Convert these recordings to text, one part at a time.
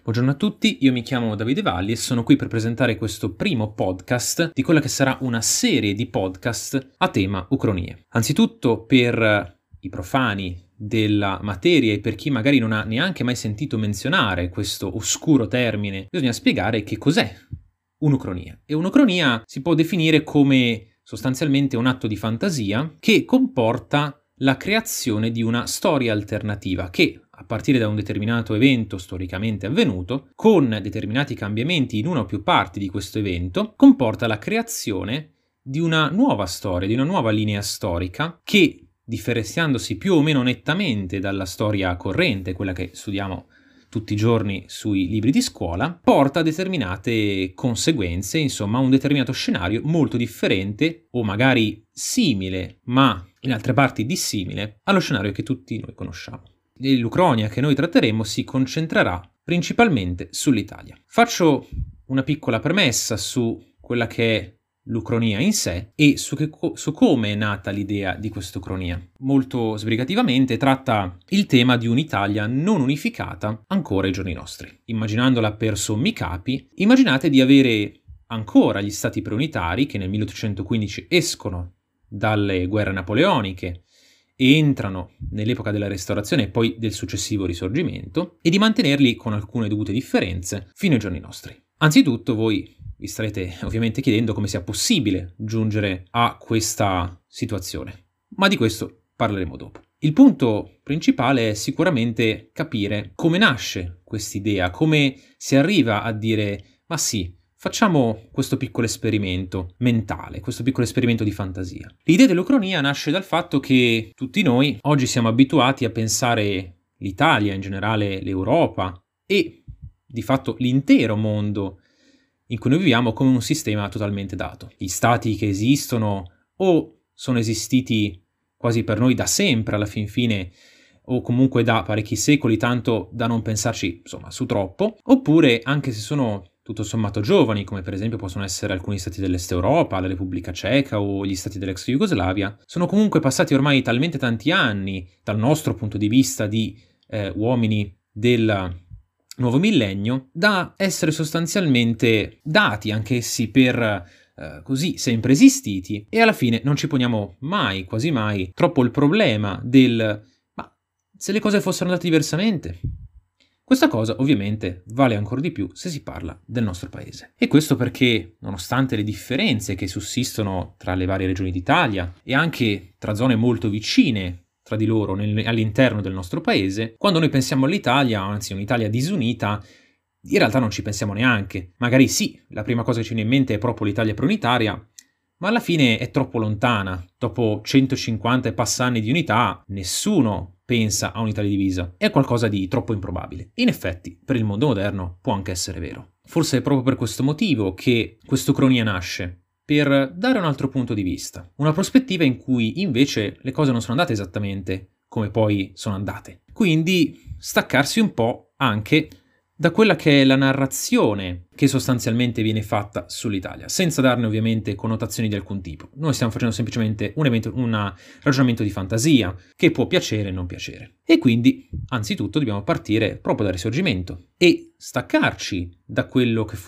Buongiorno a tutti, io mi chiamo Davide Valli e sono qui per presentare questo primo podcast di quella che sarà una serie di podcast a tema ucronie. Anzitutto per i profani della materia e per chi magari non ha neanche mai sentito menzionare questo oscuro termine, bisogna spiegare che cos'è un'ucronia. E un'ucronia si può definire come sostanzialmente un atto di fantasia che comporta la creazione di una storia alternativa che, a partire da un determinato evento storicamente avvenuto, con determinati cambiamenti in una o più parti di questo evento, comporta la creazione di una nuova storia, di una nuova linea storica che, differenziandosi più o meno nettamente dalla storia corrente, quella che studiamo tutti i giorni sui libri di scuola, porta a determinate conseguenze, insomma, a un determinato scenario molto differente o magari simile, ma in altre parti dissimile, allo scenario che tutti noi conosciamo. L'Ucronia che noi tratteremo si concentrerà principalmente sull'Italia. Faccio una piccola premessa su quella che è l'Ucronia in sé e su come è nata l'idea di quest'Ucronia. Molto sbrigativamente tratta il tema di un'Italia non unificata ancora ai giorni nostri. Immaginandola per sommi capi, immaginate di avere ancora gli stati preunitari che nel 1815 escono dalle guerre napoleoniche e entrano nell'epoca della Restaurazione e poi del successivo Risorgimento, e di mantenerli con alcune dovute differenze fino ai giorni nostri. Anzitutto voi vi starete ovviamente chiedendo come sia possibile giungere a questa situazione, ma di questo parleremo dopo. Il punto principale è sicuramente capire come nasce quest'idea, come si arriva a dire ma sì, facciamo questo piccolo esperimento mentale, questo piccolo esperimento di fantasia. L'idea dell'Ucronia nasce dal fatto che tutti noi oggi siamo abituati a pensare l'Italia, in generale l'Europa e di fatto l'intero mondo in cui noi viviamo come un sistema totalmente dato. Gli stati che esistono o sono esistiti quasi per noi da sempre alla fin fine, o comunque da parecchi secoli, tanto da non pensarci insomma su troppo, oppure anche se sono tutto sommato giovani, come per esempio possono essere alcuni stati dell'Est Europa, la Repubblica Ceca o gli stati dell'ex Jugoslavia, sono comunque passati ormai talmente tanti anni dal nostro punto di vista di uomini del nuovo millennio da essere sostanzialmente dati anch'essi per così sempre esistiti, e alla fine non ci poniamo mai, quasi mai, troppo il problema del ma se le cose fossero andate diversamente? Questa cosa ovviamente vale ancora di più se si parla del nostro paese. E questo perché, nonostante le differenze che sussistono tra le varie regioni d'Italia e anche tra zone molto vicine tra di loro all'interno del nostro paese, quando noi pensiamo all'Italia, anzi un'Italia disunita, in realtà non ci pensiamo neanche. Magari sì, la prima cosa che ci viene in mente è proprio l'Italia preunitaria, ma alla fine è troppo lontana. Dopo 150 e passa anni di unità, nessuno pensa a un'Italia divisa. È qualcosa di troppo improbabile. In effetti, per il mondo moderno può anche essere vero. Forse è proprio per questo motivo che quest'Ucronia nasce, per dare un altro punto di vista, una prospettiva in cui invece le cose non sono andate esattamente come poi sono andate. Quindi staccarsi un po' anche da quella che è la narrazione che sostanzialmente viene fatta sull'Italia, senza darne ovviamente connotazioni di alcun tipo. Noi stiamo facendo semplicemente un ragionamento di fantasia che può piacere e non piacere. E quindi, anzitutto, dobbiamo partire proprio dal Risorgimento e staccarci da quello che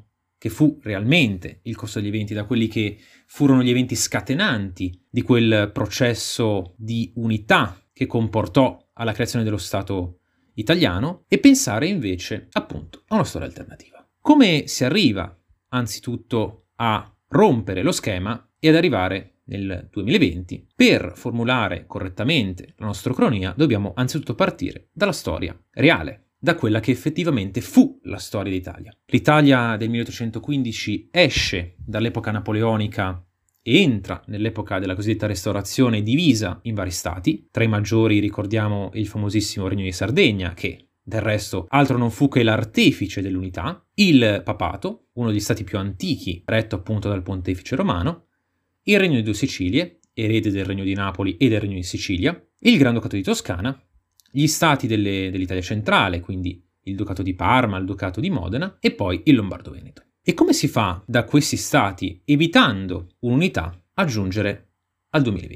fu realmente il corso degli eventi, da quelli che furono gli eventi scatenanti di quel processo di unità che comportò alla creazione dello Stato italiano, e pensare invece appunto a una storia alternativa. Come si arriva anzitutto a rompere lo schema e ad arrivare nel 2020? Per formulare correttamente la nostra ucronia dobbiamo anzitutto partire dalla storia reale, da quella che effettivamente fu la storia d'Italia. L'Italia del 1815 esce dall'epoca napoleonica e entra nell'epoca della cosiddetta Restaurazione divisa in vari stati. Tra i maggiori ricordiamo il famosissimo Regno di Sardegna, che del resto altro non fu che l'artefice dell'unità, il Papato, uno degli stati più antichi, retto appunto dal Pontefice Romano, il Regno di Due Sicilie, erede del Regno di Napoli e del Regno di Sicilia, il Granducato di Toscana, gli stati dell'Italia centrale, quindi il Ducato di Parma, il Ducato di Modena e poi il Lombardo-Veneto. E come si fa da questi stati, evitando un'unità, a giungere al 2020?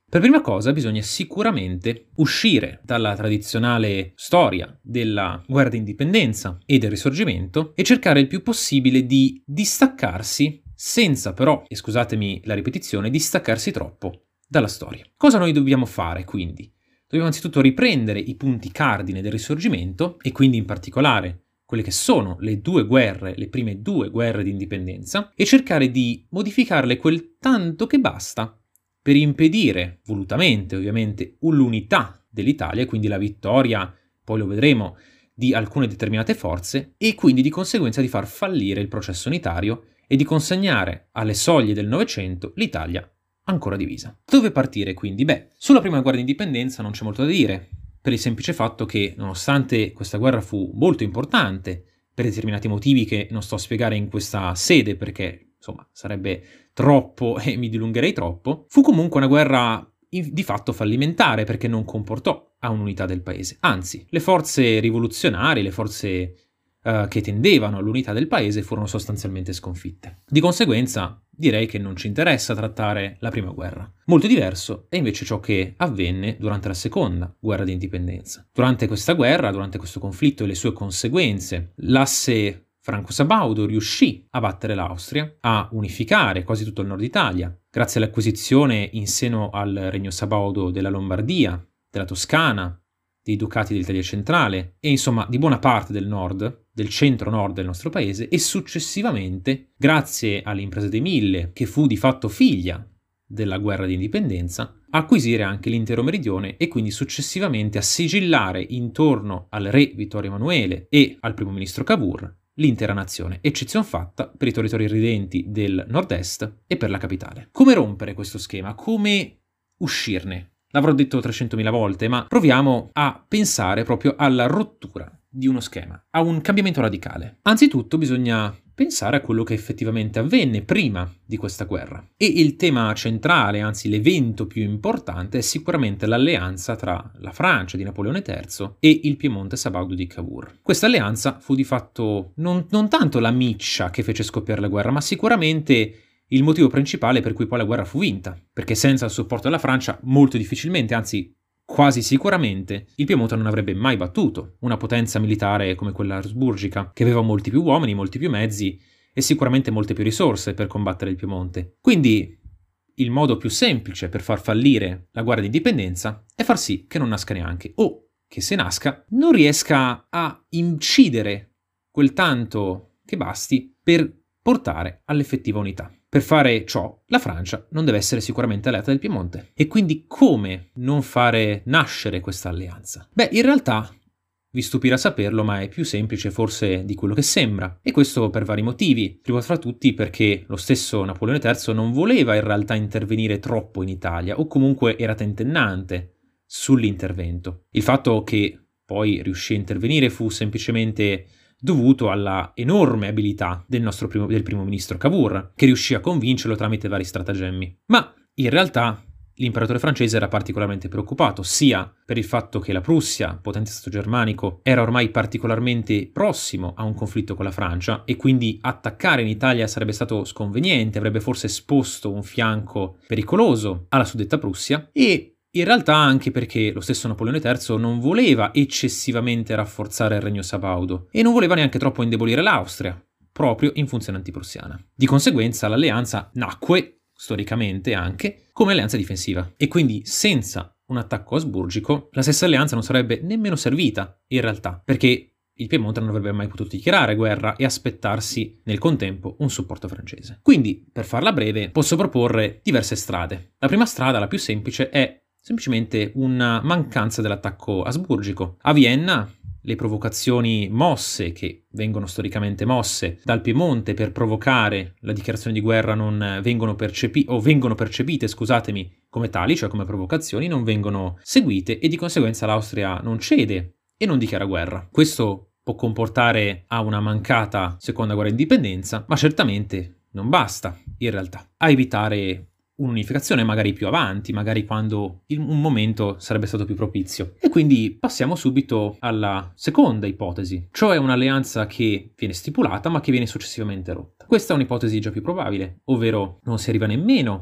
Per prima cosa bisogna sicuramente uscire dalla tradizionale storia della guerra d'indipendenza e del risorgimento e cercare il più possibile di distaccarsi, senza però, e scusatemi la ripetizione, distaccarsi troppo dalla storia. Cosa noi dobbiamo fare quindi? Dobbiamo anzitutto riprendere i punti cardine del risorgimento e quindi in particolare quelle che sono le prime due guerre di indipendenza, e cercare di modificarle quel tanto che basta per impedire, volutamente ovviamente, l'unità dell'Italia, quindi la vittoria, poi lo vedremo, di alcune determinate forze, e quindi di conseguenza di far fallire il processo unitario e di consegnare alle soglie del Novecento l'Italia ancora divisa. Dove partire quindi? Sulla prima guerra di indipendenza non c'è molto da dire, per il semplice fatto che, nonostante questa guerra fu molto importante, per determinati motivi che non sto a spiegare in questa sede perché, insomma, sarebbe troppo e mi dilungherei troppo, fu comunque una guerra di fatto fallimentare perché non comportò a un'unità del paese. Anzi, le forze rivoluzionarie, le forze che tendevano all'unità del paese furono sostanzialmente sconfitte. Di conseguenza, direi che non ci interessa trattare la prima guerra. Molto diverso è invece ciò che avvenne durante la seconda guerra di indipendenza. Durante questa guerra, durante questo conflitto e le sue conseguenze, l'asse Franco-Sabaudo riuscì a battere l'Austria, a unificare quasi tutto il nord Italia, grazie all'acquisizione in seno al Regno Sabaudo della Lombardia, della Toscana, dei ducati dell'Italia centrale e insomma di buona parte del nord, del centro-nord del nostro paese, e successivamente, grazie alle imprese dei Mille, che fu di fatto figlia della guerra di indipendenza, acquisire anche l'intero meridione e quindi successivamente a sigillare intorno al re Vittorio Emanuele e al primo ministro Cavour l'intera nazione, eccezion fatta per i territori ridenti del nord-est e per la capitale. Come rompere questo schema? Come uscirne? L'avrò detto 300.000 volte, ma proviamo a pensare proprio alla rottura di uno schema, a un cambiamento radicale. Anzitutto bisogna pensare a quello che effettivamente avvenne prima di questa guerra. E il tema centrale, anzi l'evento più importante, è sicuramente l'alleanza tra la Francia di Napoleone III e il Piemonte Sabaudo di Cavour. Questa alleanza fu di fatto non tanto la miccia che fece scoppiare la guerra, ma sicuramente il motivo principale per cui poi la guerra fu vinta, perché senza il supporto della Francia molto difficilmente, anzi quasi sicuramente, il Piemonte non avrebbe mai battuto una potenza militare come quella asburgica, che aveva molti più uomini, molti più mezzi e sicuramente molte più risorse per combattere il Piemonte. Quindi il modo più semplice per far fallire la guerra di indipendenza è far sì che non nasca neanche, o che se nasca non riesca a incidere quel tanto che basti per portare all'effettiva unità. Per fare ciò, la Francia non deve essere sicuramente alleata del Piemonte. E quindi come non fare nascere questa alleanza? In realtà, vi stupirà saperlo, ma è più semplice forse di quello che sembra. E questo per vari motivi. Primo fra tutti perché lo stesso Napoleone III non voleva in realtà intervenire troppo in Italia, o comunque era tentennante sull'intervento. Il fatto che poi riuscì a intervenire fu semplicemente dovuto alla enorme abilità del primo ministro Cavour, che riuscì a convincerlo tramite vari stratagemmi. Ma in realtà l'imperatore francese era particolarmente preoccupato, sia per il fatto che la Prussia, potente stato germanico, era ormai particolarmente prossimo a un conflitto con la Francia e quindi attaccare in Italia sarebbe stato sconveniente, avrebbe forse esposto un fianco pericoloso alla suddetta Prussia, e in realtà anche perché lo stesso Napoleone III non voleva eccessivamente rafforzare il regno sabaudo e non voleva neanche troppo indebolire l'Austria, proprio in funzione antiprussiana. Di conseguenza l'alleanza nacque, storicamente anche, come alleanza difensiva, e quindi senza un attacco asburgico la stessa alleanza non sarebbe nemmeno servita, in realtà, perché il Piemonte non avrebbe mai potuto dichiarare guerra e aspettarsi nel contempo un supporto francese. Quindi, per farla breve, posso proporre diverse strade. La prima strada, la più semplice, è semplicemente una mancanza dell'attacco asburgico. A Vienna le provocazioni mosse, che vengono storicamente mosse dal Piemonte per provocare la dichiarazione di guerra, non vengono percepite, come tali, cioè come provocazioni, non vengono seguite e di conseguenza l'Austria non cede e non dichiara guerra. Questo può comportare a una mancata seconda guerra d'indipendenza, ma certamente non basta, in realtà, a evitare un'unificazione magari più avanti, magari quando un momento sarebbe stato più propizio. E quindi passiamo subito alla seconda ipotesi, cioè un'alleanza che viene stipulata ma che viene successivamente rotta. Questa è un'ipotesi già più probabile, ovvero non si arriva nemmeno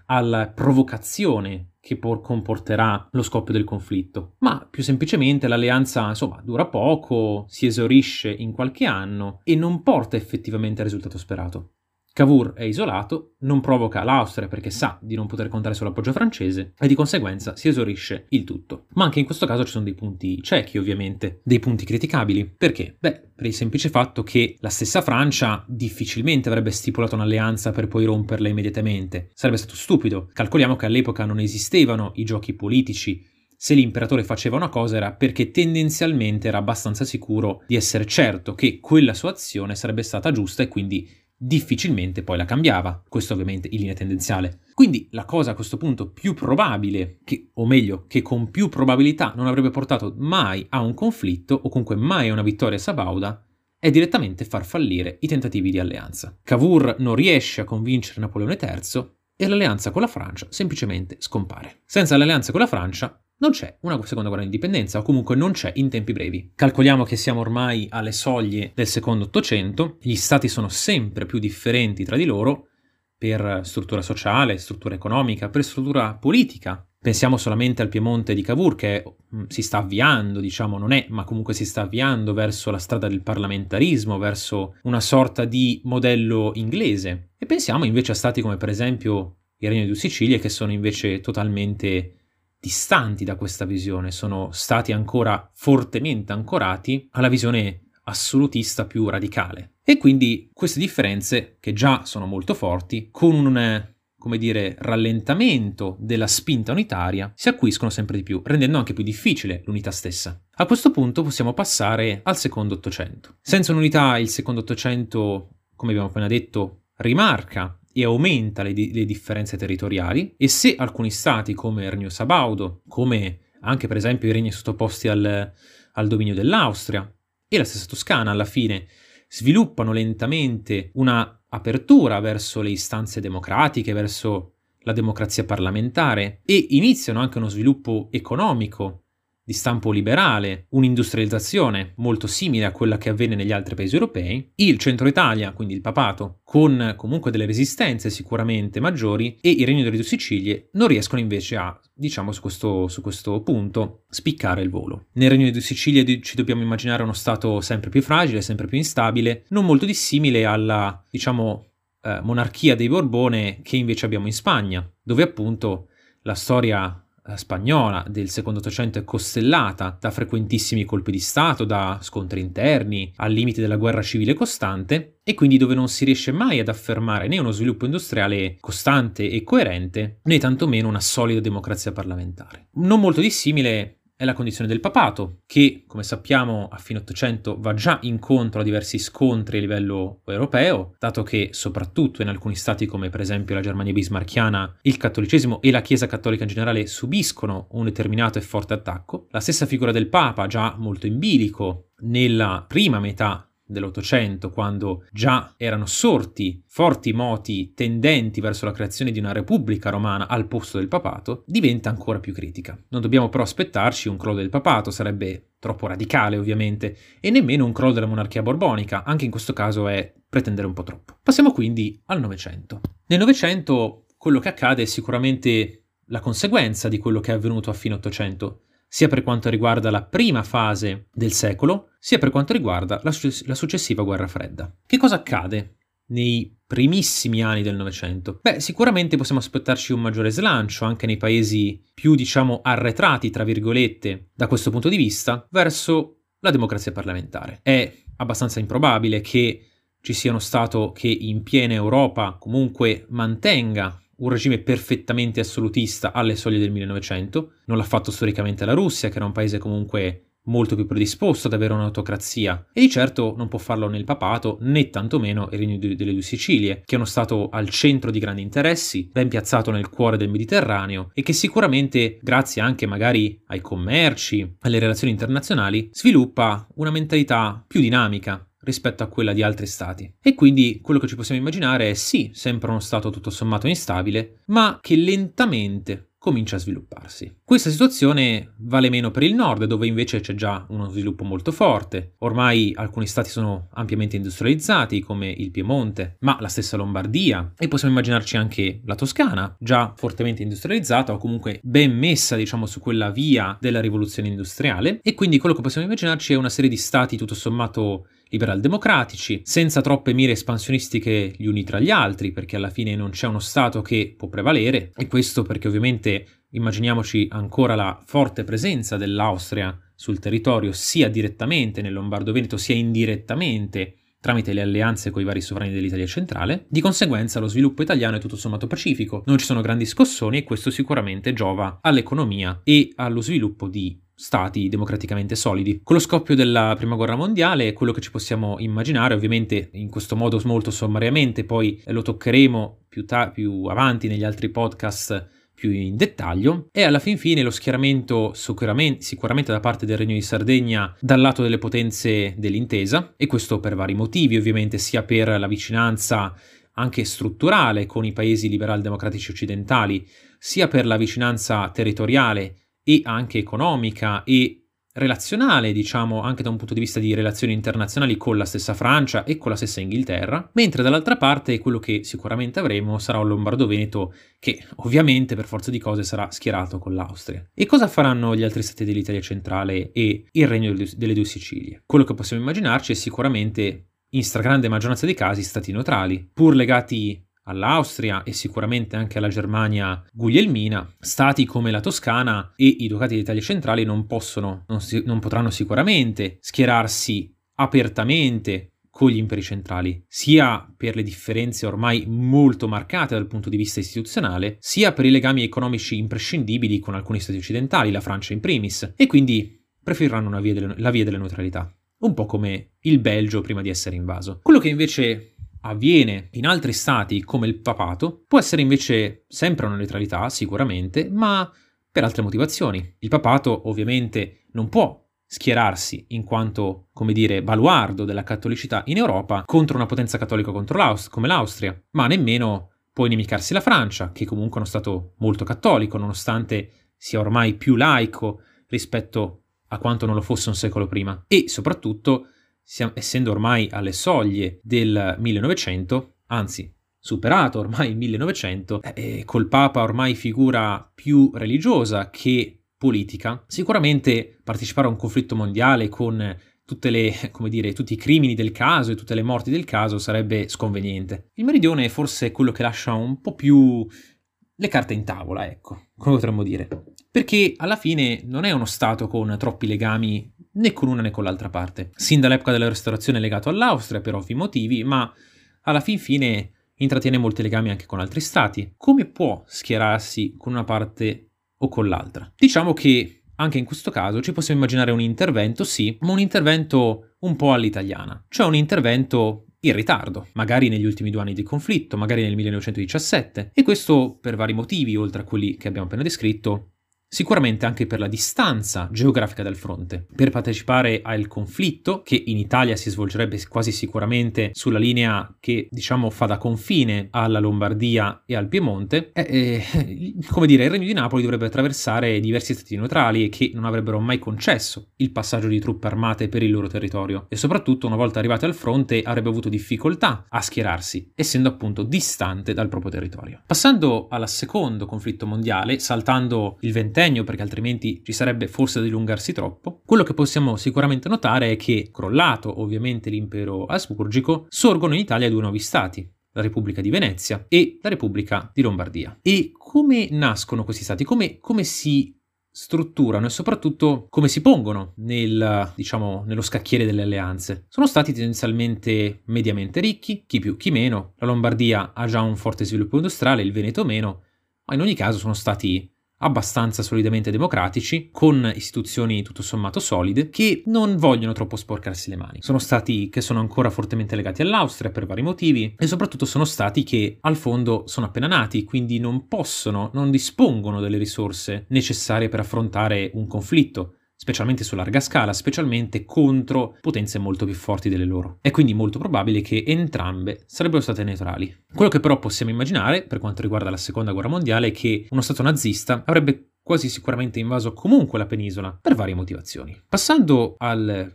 alla provocazione che comporterà lo scoppio del conflitto, ma più semplicemente l'alleanza, insomma, dura poco, si esaurisce in qualche anno e non porta effettivamente al risultato sperato. Cavour è isolato, non provoca l'Austria perché sa di non poter contare sull'appoggio francese e di conseguenza si esaurisce il tutto. Ma anche in questo caso ci sono dei punti ciechi, ovviamente, dei punti criticabili. Perché? Beh, per il semplice fatto che la stessa Francia difficilmente avrebbe stipulato un'alleanza per poi romperla immediatamente. Sarebbe stato stupido. Calcoliamo che all'epoca non esistevano i giochi politici. Se l'imperatore faceva una cosa era perché tendenzialmente era abbastanza sicuro di essere certo che quella sua azione sarebbe stata giusta e quindi difficilmente poi la cambiava, questo ovviamente in linea tendenziale. Quindi la cosa a questo punto più probabile, che con più probabilità non avrebbe portato mai a un conflitto o comunque mai a una vittoria sabauda, è direttamente far fallire i tentativi di alleanza. Cavour non riesce a convincere Napoleone III e l'alleanza con la Francia semplicemente scompare. Senza l'alleanza con la Francia non c'è una seconda guerra d'indipendenza, o comunque non c'è in tempi brevi. Calcoliamo che siamo ormai alle soglie del secondo Ottocento, gli stati sono sempre più differenti tra di loro per struttura sociale, struttura economica, per struttura politica. Pensiamo solamente al Piemonte di Cavour che si sta avviando, non è, ma comunque si sta avviando verso la strada del parlamentarismo, verso una sorta di modello inglese. E pensiamo invece a stati come per esempio il Regno di Sicilia, che sono invece totalmente distanti da questa visione, sono stati ancora fortemente ancorati alla visione assolutista più radicale. E quindi queste differenze, che già sono molto forti, con un rallentamento della spinta unitaria, si acuiscono sempre di più, rendendo anche più difficile l'unità stessa. A questo punto possiamo passare al secondo Ottocento. Senza un'unità il secondo Ottocento, come abbiamo appena detto, rimarca e aumenta le differenze territoriali, e se alcuni stati come il Regno Sabaudo, come anche per esempio i regni sottoposti al dominio dell'Austria e la stessa Toscana alla fine sviluppano lentamente una apertura verso le istanze democratiche, verso la democrazia parlamentare e iniziano anche uno sviluppo economico di stampo liberale, un'industrializzazione molto simile a quella che avvenne negli altri paesi europei, il centro Italia, quindi il papato, con comunque delle resistenze sicuramente maggiori, e il Regno delle Due Sicilie non riescono invece a, su questo punto, spiccare il volo. Nel Regno delle Due Sicilie ci dobbiamo immaginare uno stato sempre più fragile, sempre più instabile, non molto dissimile alla, monarchia dei Borbone che invece abbiamo in Spagna, dove appunto la storia spagnola del secondo Ottocento è costellata da frequentissimi colpi di Stato, da scontri interni, al limite della guerra civile costante, e quindi dove non si riesce mai ad affermare né uno sviluppo industriale costante e coerente, né tantomeno una solida democrazia parlamentare. Non molto dissimile è la condizione del papato, che, come sappiamo, a fine Ottocento va già incontro a diversi scontri a livello europeo, dato che soprattutto in alcuni stati come per esempio la Germania bismarchiana il cattolicesimo e la Chiesa cattolica in generale subiscono un determinato e forte attacco. La stessa figura del Papa, già molto in bilico nella prima metà dell'Ottocento, quando già erano sorti forti moti tendenti verso la creazione di una repubblica romana al posto del papato, diventa ancora più critica. Non dobbiamo però aspettarci un crollo del papato, sarebbe troppo radicale ovviamente, e nemmeno un crollo della monarchia borbonica, anche in questo caso è pretendere un po' troppo. Passiamo quindi al Novecento. Nel Novecento quello che accade è sicuramente la conseguenza di quello che è avvenuto a fine Ottocento, sia per quanto riguarda la prima fase del secolo, sia per quanto riguarda la successiva guerra fredda. Che cosa accade nei primissimi anni del Novecento? Beh, sicuramente possiamo aspettarci un maggiore slancio anche nei paesi più, arretrati, tra virgolette, da questo punto di vista, verso la democrazia parlamentare. È abbastanza improbabile che ci sia uno Stato che in piena Europa comunque mantenga un regime perfettamente assolutista alle soglie del 1900, non l'ha fatto storicamente la Russia, che era un paese comunque molto più predisposto ad avere un'autocrazia, e di certo non può farlo né il papato né tantomeno il Regno delle Due Sicilie, che è uno stato al centro di grandi interessi, ben piazzato nel cuore del Mediterraneo e che sicuramente, grazie anche magari ai commerci, alle relazioni internazionali, sviluppa una mentalità più dinamica rispetto a quella di altri stati. E quindi quello che ci possiamo immaginare è sì, sempre uno stato tutto sommato instabile, ma che lentamente, comincia a svilupparsi. Questa situazione vale meno per il nord, dove invece c'è già uno sviluppo molto forte. Ormai alcuni stati sono ampiamente industrializzati, come il Piemonte, ma la stessa Lombardia, e possiamo immaginarci anche la Toscana, già fortemente industrializzata o comunque ben messa, diciamo, su quella via della rivoluzione industriale, e quindi quello che possiamo immaginarci è una serie di stati tutto sommato liberal-democratici, senza troppe mire espansionistiche gli uni tra gli altri, perché alla fine non c'è uno Stato che può prevalere, e questo perché ovviamente immaginiamoci ancora la forte presenza dell'Austria sul territorio, sia direttamente nel Lombardo-Veneto, sia indirettamente tramite le alleanze con i vari sovrani dell'Italia centrale. Di conseguenza lo sviluppo italiano è tutto sommato pacifico, non ci sono grandi scossoni e questo sicuramente giova all'economia e allo sviluppo di stati democraticamente solidi. Con lo scoppio della Prima Guerra Mondiale, quello che ci possiamo immaginare, ovviamente in questo modo molto sommariamente, poi lo toccheremo più avanti negli altri podcast più in dettaglio, è alla fin fine lo schieramento sicuramente da parte del Regno di Sardegna dal lato delle potenze dell'intesa, e questo per vari motivi, ovviamente sia per la vicinanza anche strutturale con i paesi liberal-democratici occidentali, sia per la vicinanza territoriale e anche economica e relazionale, diciamo, anche da un punto di vista di relazioni internazionali con la stessa Francia e con la stessa Inghilterra, mentre dall'altra parte quello che sicuramente avremo sarà un Lombardo-Veneto che ovviamente per forza di cose sarà schierato con l'Austria. E cosa faranno gli altri stati dell'Italia centrale e il Regno delle Due Sicilie? Quello che possiamo immaginarci è sicuramente, in stragrande maggioranza dei casi, stati neutrali, pur legati all'Austria e sicuramente anche alla Germania guglielmina. Stati come la Toscana e i Ducati d'Italia centrali non potranno sicuramente schierarsi apertamente con gli imperi centrali, sia per le differenze ormai molto marcate dal punto di vista istituzionale, sia per i legami economici imprescindibili con alcuni stati occidentali, la Francia in primis, e quindi preferiranno la via della neutralità, un po' come il Belgio prima di essere invaso. Quello che invece avviene in altri stati come il papato può essere invece sempre una neutralità sicuramente, ma per altre motivazioni. Il papato ovviamente non può schierarsi in quanto, come dire, baluardo della cattolicità in Europa contro una potenza cattolica come l'Austria, ma nemmeno può inimicarsi la Francia, che comunque è uno stato molto cattolico, nonostante sia ormai più laico rispetto a quanto non lo fosse un secolo prima. E soprattutto, essendo ormai alle soglie del 1900, anzi superato ormai il 1900, col Papa ormai figura più religiosa che politica, sicuramente partecipare a un conflitto mondiale con tutti i crimini del caso e tutte le morti del caso sarebbe sconveniente. Il Meridione è forse quello che lascia un po' più le carte in tavola, ecco, come potremmo dire, perché alla fine non è uno stato con troppi legami né con una né con l'altra parte. Sin dall'epoca della Restaurazione è legato all'Austria per ovvi motivi, ma alla fin fine intrattiene molti legami anche con altri stati. Come può schierarsi con una parte o con l'altra? Diciamo che anche in questo caso ci possiamo immaginare un intervento, sì, ma un intervento un po' all'italiana, cioè un intervento in ritardo, magari negli ultimi 2 anni di conflitto, magari nel 1917, e questo per vari motivi, oltre a quelli che abbiamo appena descritto. Sicuramente anche per la distanza geografica dal fronte. Per partecipare al conflitto, che in Italia si svolgerebbe quasi sicuramente sulla linea che, diciamo, fa da confine alla Lombardia e al Piemonte, come dire, il Regno di Napoli dovrebbe attraversare diversi stati neutrali che non avrebbero mai concesso il passaggio di truppe armate per il loro territorio, e soprattutto una volta arrivate al fronte avrebbe avuto difficoltà a schierarsi, essendo appunto distante dal proprio territorio. Passando al secondo conflitto mondiale, saltando il ventennio, perché altrimenti ci sarebbe forse da dilungarsi troppo, quello che possiamo sicuramente notare è che, crollato ovviamente l'impero asburgico, sorgono in Italia 2 nuovi stati, la Repubblica di Venezia e la Repubblica di Lombardia. E come nascono questi stati? Come si strutturano e soprattutto come si pongono nello scacchiere delle alleanze? Sono stati tendenzialmente mediamente ricchi, chi più chi meno. La Lombardia ha già un forte sviluppo industriale, il Veneto meno, ma in ogni caso sono stati abbastanza solidamente democratici, con istituzioni tutto sommato solide, che non vogliono troppo sporcarsi le mani. Sono stati che sono ancora fortemente legati all'Austria per vari motivi, e soprattutto sono stati che al fondo sono appena nati, quindi non dispongono delle risorse necessarie per affrontare un conflitto, specialmente su larga scala, specialmente contro potenze molto più forti delle loro. È quindi molto probabile che entrambe sarebbero state neutrali. Quello che però possiamo immaginare, per quanto riguarda la Seconda Guerra Mondiale, è che uno Stato nazista avrebbe quasi sicuramente invaso comunque la penisola per varie motivazioni. Passando al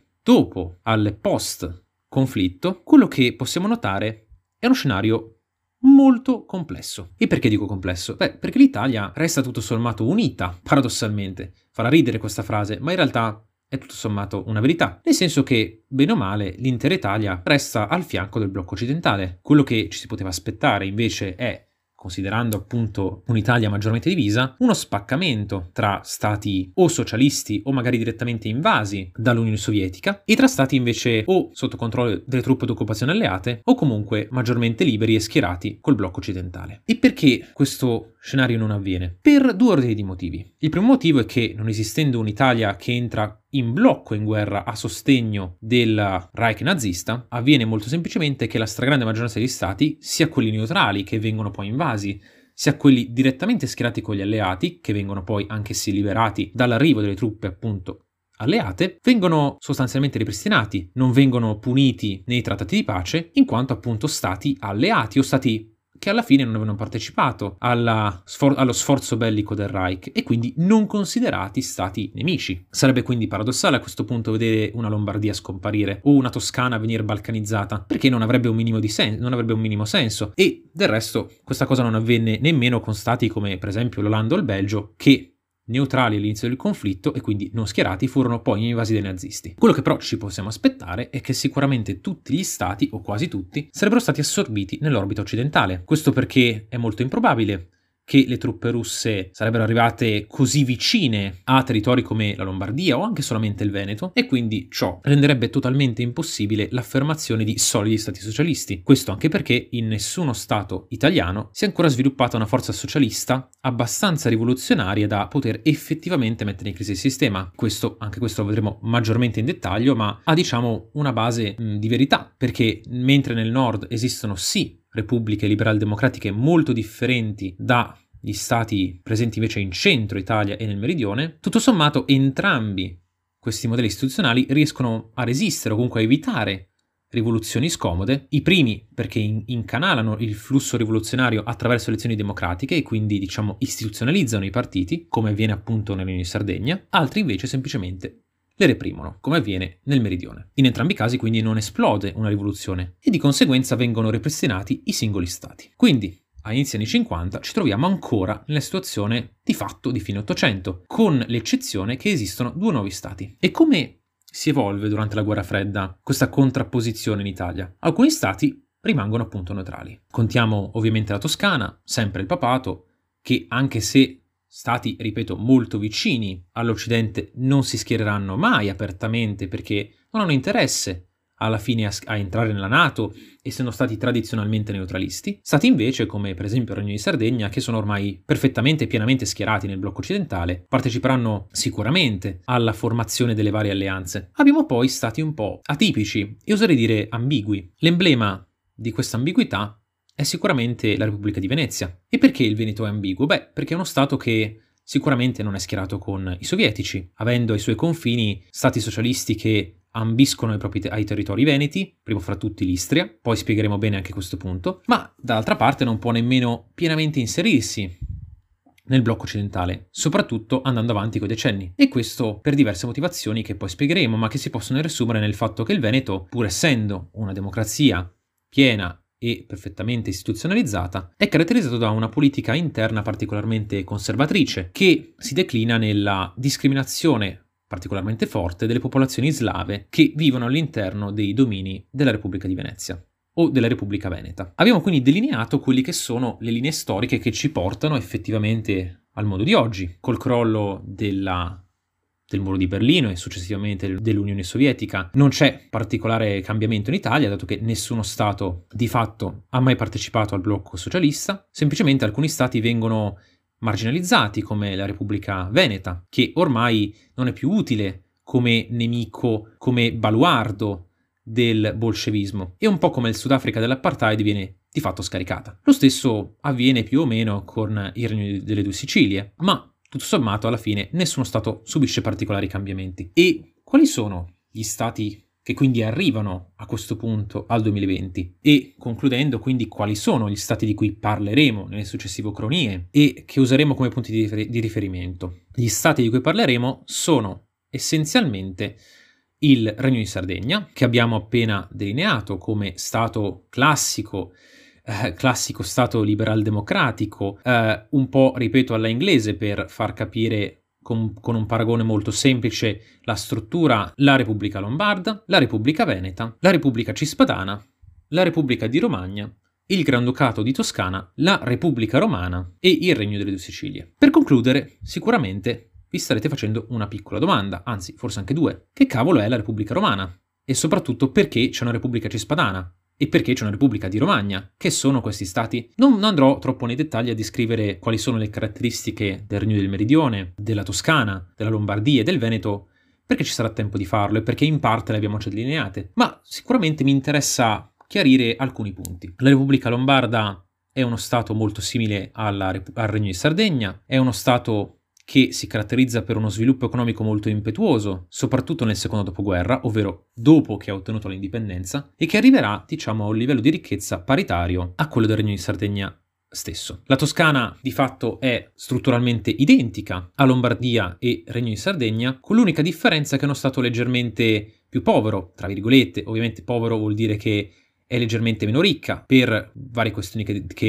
post conflitto, quello che possiamo notare è uno scenario molto complesso. E perché dico complesso? Perché l'Italia resta tutto sommato unita, paradossalmente. Farà ridere questa frase, ma in realtà è tutto sommato una verità. Nel senso che, bene o male, l'intera Italia resta al fianco del blocco occidentale. Quello che ci si poteva aspettare invece è, considerando appunto un'Italia maggiormente divisa, uno spaccamento tra stati o socialisti o magari direttamente invasi dall'Unione Sovietica e tra stati invece o sotto controllo delle truppe d'occupazione alleate o comunque maggiormente liberi e schierati col blocco occidentale. E perché questo scenario non avviene? Per due ordini di motivi. Il primo motivo è che, non esistendo un'Italia che entra in blocco in guerra a sostegno del Reich nazista, avviene molto semplicemente che la stragrande maggioranza degli stati, sia quelli neutrali che vengono poi invasi, sia quelli direttamente schierati con gli alleati, che vengono poi anch'essi liberati dall'arrivo delle truppe appunto alleate, vengono sostanzialmente ripristinati, non vengono puniti nei trattati di pace, in quanto appunto stati alleati o stati che alla fine non avevano partecipato allo sforzo bellico del Reich e quindi non considerati stati nemici. Sarebbe quindi paradossale a questo punto vedere una Lombardia scomparire o una Toscana venire balcanizzata, perché non avrebbe un minimo senso. E del resto questa cosa non avvenne nemmeno con stati come per esempio l'Olanda o il Belgio, che neutrali all'inizio del conflitto e quindi non schierati, furono poi invasi dai nazisti. Quello che però ci possiamo aspettare è che sicuramente tutti gli stati, o quasi tutti, sarebbero stati assorbiti nell'orbita occidentale. Questo perché è molto improbabile che le truppe russe sarebbero arrivate così vicine a territori come la Lombardia o anche solamente il Veneto, e quindi ciò renderebbe totalmente impossibile l'affermazione di solidi stati socialisti. Questo anche perché in nessuno stato italiano si è ancora sviluppata una forza socialista abbastanza rivoluzionaria da poter effettivamente mettere in crisi il sistema. Anche questo lo vedremo maggiormente in dettaglio, ma ha diciamo una base di verità, perché mentre nel nord esistono sì repubbliche liberal-democratiche molto differenti dagli stati presenti invece in centro Italia e nel meridione, tutto sommato entrambi questi modelli istituzionali riescono a resistere o comunque a evitare rivoluzioni scomode, i primi perché incanalano il flusso rivoluzionario attraverso elezioni democratiche e quindi diciamo istituzionalizzano i partiti, come avviene appunto nell'Unione di Sardegna, altri invece semplicemente le reprimono, come avviene nel meridione. In entrambi i casi quindi non esplode una rivoluzione e di conseguenza vengono ripristinati i singoli stati. Quindi a inizi anni 50 ci troviamo ancora nella situazione di fatto di fine 800, con l'eccezione che esistono due nuovi stati. E come si evolve durante la guerra fredda questa contrapposizione in Italia? Alcuni stati rimangono appunto neutrali. Contiamo ovviamente la Toscana, sempre il papato, che anche se stati, ripeto, molto vicini all'Occidente, non si schiereranno mai apertamente perché non hanno interesse alla fine a entrare nella NATO, essendo stati tradizionalmente neutralisti. Stati invece, come per esempio il Regno di Sardegna, che sono ormai perfettamente e pienamente schierati nel blocco occidentale, parteciperanno sicuramente alla formazione delle varie alleanze. Abbiamo poi stati un po' atipici e oserei dire ambigui. L'emblema di questa ambiguità è sicuramente la Repubblica di Venezia. E perché il Veneto è ambiguo? Perché è uno stato che sicuramente non è schierato con i sovietici, avendo ai suoi confini stati socialisti che ambiscono ai territori veneti, primo fra tutti l'Istria, poi spiegheremo bene anche questo punto, ma dall'altra parte non può nemmeno pienamente inserirsi nel blocco occidentale, soprattutto andando avanti coi decenni. E questo per diverse motivazioni che poi spiegheremo, ma che si possono riassumere nel fatto che il Veneto, pur essendo una democrazia piena e perfettamente istituzionalizzata, è caratterizzato da una politica interna particolarmente conservatrice, che si declina nella discriminazione particolarmente forte delle popolazioni slave che vivono all'interno dei domini della Repubblica di Venezia o della Repubblica Veneta. Abbiamo quindi delineato quelli che sono le linee storiche che ci portano effettivamente al mondo di oggi, col crollo del muro di Berlino e successivamente dell'Unione Sovietica. Non c'è particolare cambiamento in Italia, dato che nessuno Stato di fatto ha mai partecipato al blocco socialista, semplicemente alcuni Stati vengono marginalizzati, come la Repubblica Veneta, che ormai non è più utile come nemico, come baluardo del bolscevismo, e un po' come il Sudafrica dell'apartheid viene di fatto scaricata. Lo stesso avviene più o meno con il Regno delle Due Sicilie, ma tutto sommato alla fine nessuno Stato subisce particolari cambiamenti. E quali sono gli Stati che quindi arrivano a questo punto al 2020? E concludendo quindi quali sono gli Stati di cui parleremo nelle successive ucronie e che useremo come punti di riferimento? Gli Stati di cui parleremo sono essenzialmente il Regno di Sardegna, che abbiamo appena delineato come Stato classico Stato liberal-democratico, un po', ripeto, alla inglese per far capire con un paragone molto semplice la struttura: la Repubblica Lombarda, la Repubblica Veneta, la Repubblica Cispadana, la Repubblica di Romagna, il Granducato di Toscana, la Repubblica Romana e il Regno delle Due Sicilie. Per concludere, sicuramente vi starete facendo una piccola domanda, anzi forse anche due. Che cavolo è la Repubblica Romana? E soprattutto perché c'è una Repubblica Cispadana? E perché c'è una Repubblica di Romagna? Che sono questi stati? Non andrò troppo nei dettagli a descrivere quali sono le caratteristiche del Regno del Meridione, della Toscana, della Lombardia e del Veneto, perché ci sarà tempo di farlo e perché in parte le abbiamo già delineate, ma sicuramente mi interessa chiarire alcuni punti. La Repubblica Lombarda è uno stato molto simile al Regno di Sardegna, è uno stato che si caratterizza per uno sviluppo economico molto impetuoso, soprattutto nel secondo dopoguerra, ovvero dopo che ha ottenuto l'indipendenza, e che arriverà, diciamo, a un livello di ricchezza paritario a quello del Regno di Sardegna stesso. La Toscana di fatto è strutturalmente identica a Lombardia e Regno di Sardegna, con l'unica differenza che è uno stato leggermente più povero, tra virgolette. Ovviamente povero vuol dire che è leggermente meno ricca per varie questioni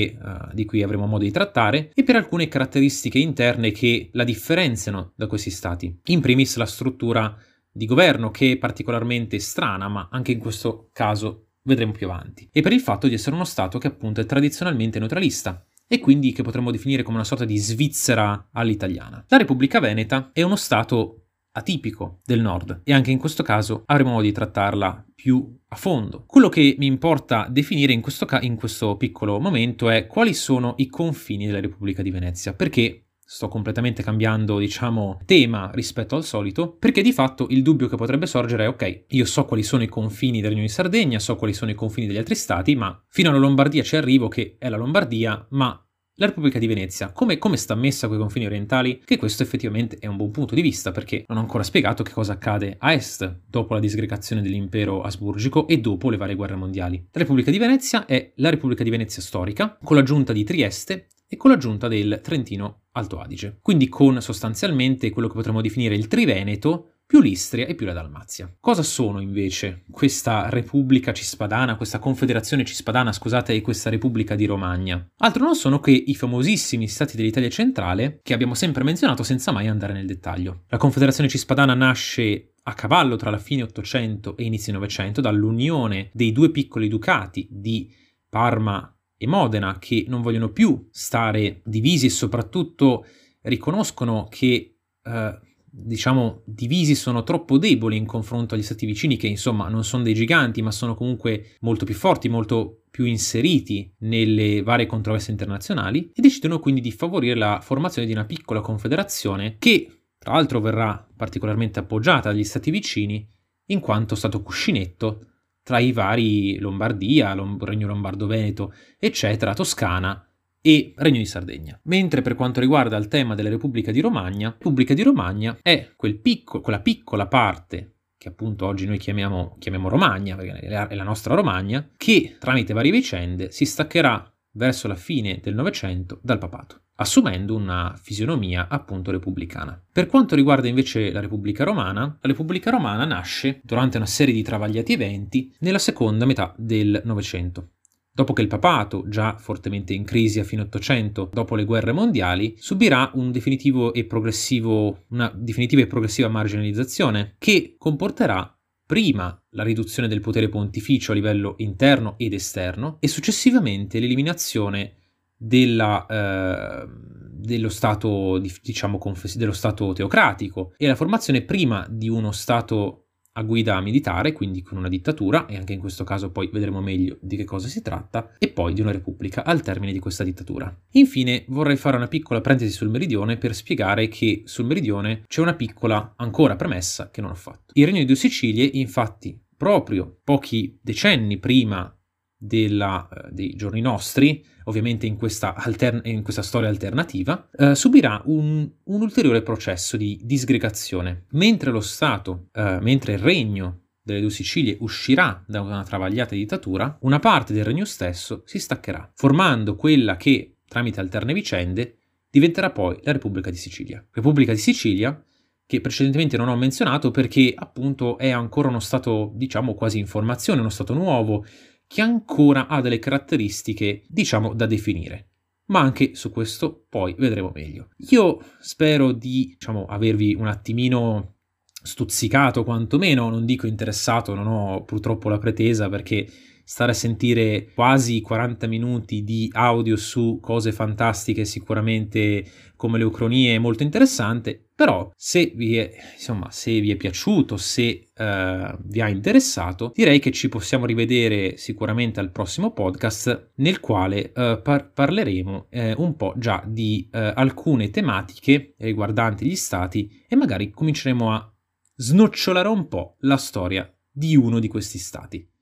di cui avremo modo di trattare e per alcune caratteristiche interne che la differenziano da questi stati. In primis la struttura di governo, che è particolarmente strana, ma anche in questo caso vedremo più avanti, e per il fatto di essere uno stato che appunto è tradizionalmente neutralista e quindi che potremmo definire come una sorta di Svizzera all'italiana. La Repubblica Veneta è uno stato atipico del nord e anche in questo caso avremo modo di trattarla più a fondo. Quello che mi importa definire in questo piccolo momento è quali sono i confini della Repubblica di Venezia, perché sto completamente cambiando, diciamo, tema rispetto al solito, perché di fatto il dubbio che potrebbe sorgere è: ok, io so quali sono i confini del Regno di Sardegna, so quali sono i confini degli altri stati, ma fino alla Lombardia ci arrivo, che è la Lombardia, ma la Repubblica di Venezia, come sta messa con i confini orientali? Che questo effettivamente è un buon punto di vista, perché non ho ancora spiegato che cosa accade a est dopo la disgregazione dell'impero asburgico e dopo le varie guerre mondiali. La Repubblica di Venezia è la Repubblica di Venezia storica, con l'aggiunta di Trieste e con l'aggiunta del Trentino Alto Adige, quindi con sostanzialmente quello che potremmo definire il Triveneto più l'Istria e più la Dalmazia. Cosa sono invece questa Repubblica Cispadana, questa Confederazione Cispadana, scusate, e questa Repubblica di Romagna? Altro non sono che i famosissimi stati dell'Italia centrale che abbiamo sempre menzionato senza mai andare nel dettaglio. La Confederazione Cispadana nasce a cavallo tra la fine 800 e inizi 900 dall'unione dei due piccoli ducati di Parma e Modena, che non vogliono più stare divisi e soprattutto riconoscono che divisi sono troppo deboli in confronto agli stati vicini, che insomma non sono dei giganti, ma sono comunque molto più forti, molto più inseriti nelle varie controversie internazionali, e decidono quindi di favorire la formazione di una piccola confederazione che, tra l'altro, verrà particolarmente appoggiata dagli stati vicini in quanto stato cuscinetto tra i vari Lombardia, Regno Lombardo-Veneto, eccetera, Toscana e Regno di Sardegna. Mentre per quanto riguarda il tema della Repubblica di Romagna è quella piccola parte che appunto oggi noi chiamiamo Romagna, perché è la nostra Romagna, che tramite varie vicende si staccherà verso la fine del Novecento dal papato, assumendo una fisionomia appunto repubblicana. Per quanto riguarda invece la Repubblica Romana nasce durante una serie di travagliati eventi nella seconda metà del Novecento. Dopo che il papato, già fortemente in crisi a fine Ottocento, dopo le guerre mondiali, subirà una definitiva e progressiva marginalizzazione che comporterà prima la riduzione del potere pontificio a livello interno ed esterno e successivamente l'eliminazione dello stato, dello stato teocratico e la formazione prima di uno stato a guida militare, quindi con una dittatura, e anche in questo caso poi vedremo meglio di che cosa si tratta, e poi di una repubblica al termine di questa dittatura. Infine vorrei fare una piccola parentesi sul meridione per spiegare che sul meridione c'è una piccola ancora premessa che non ho fatto. Il Regno di Due Sicilie, infatti, proprio pochi decenni prima dei giorni nostri, ovviamente in questa storia alternativa, subirà un ulteriore processo di disgregazione. Mentre mentre il regno delle due Sicilie uscirà da una travagliata dittatura, una parte del regno stesso si staccherà, formando quella che, tramite alterne vicende, diventerà poi la Repubblica di Sicilia. Repubblica di Sicilia che precedentemente non ho menzionato perché appunto è ancora uno stato, diciamo, quasi in formazione, uno stato nuovo, che ancora ha delle caratteristiche, diciamo, da definire. Ma anche su questo poi vedremo meglio. Io spero di, diciamo, avervi un attimino stuzzicato, quantomeno, non dico interessato, non ho purtroppo la pretesa, perché stare a sentire quasi 40 minuti di audio su cose fantastiche sicuramente come le ucronie è molto interessante, però se vi è piaciuto, se vi ha interessato, direi che ci possiamo rivedere sicuramente al prossimo podcast, nel quale parleremo un po' già di alcune tematiche riguardanti gli stati e magari cominceremo a snocciolare un po' la storia di uno di questi stati.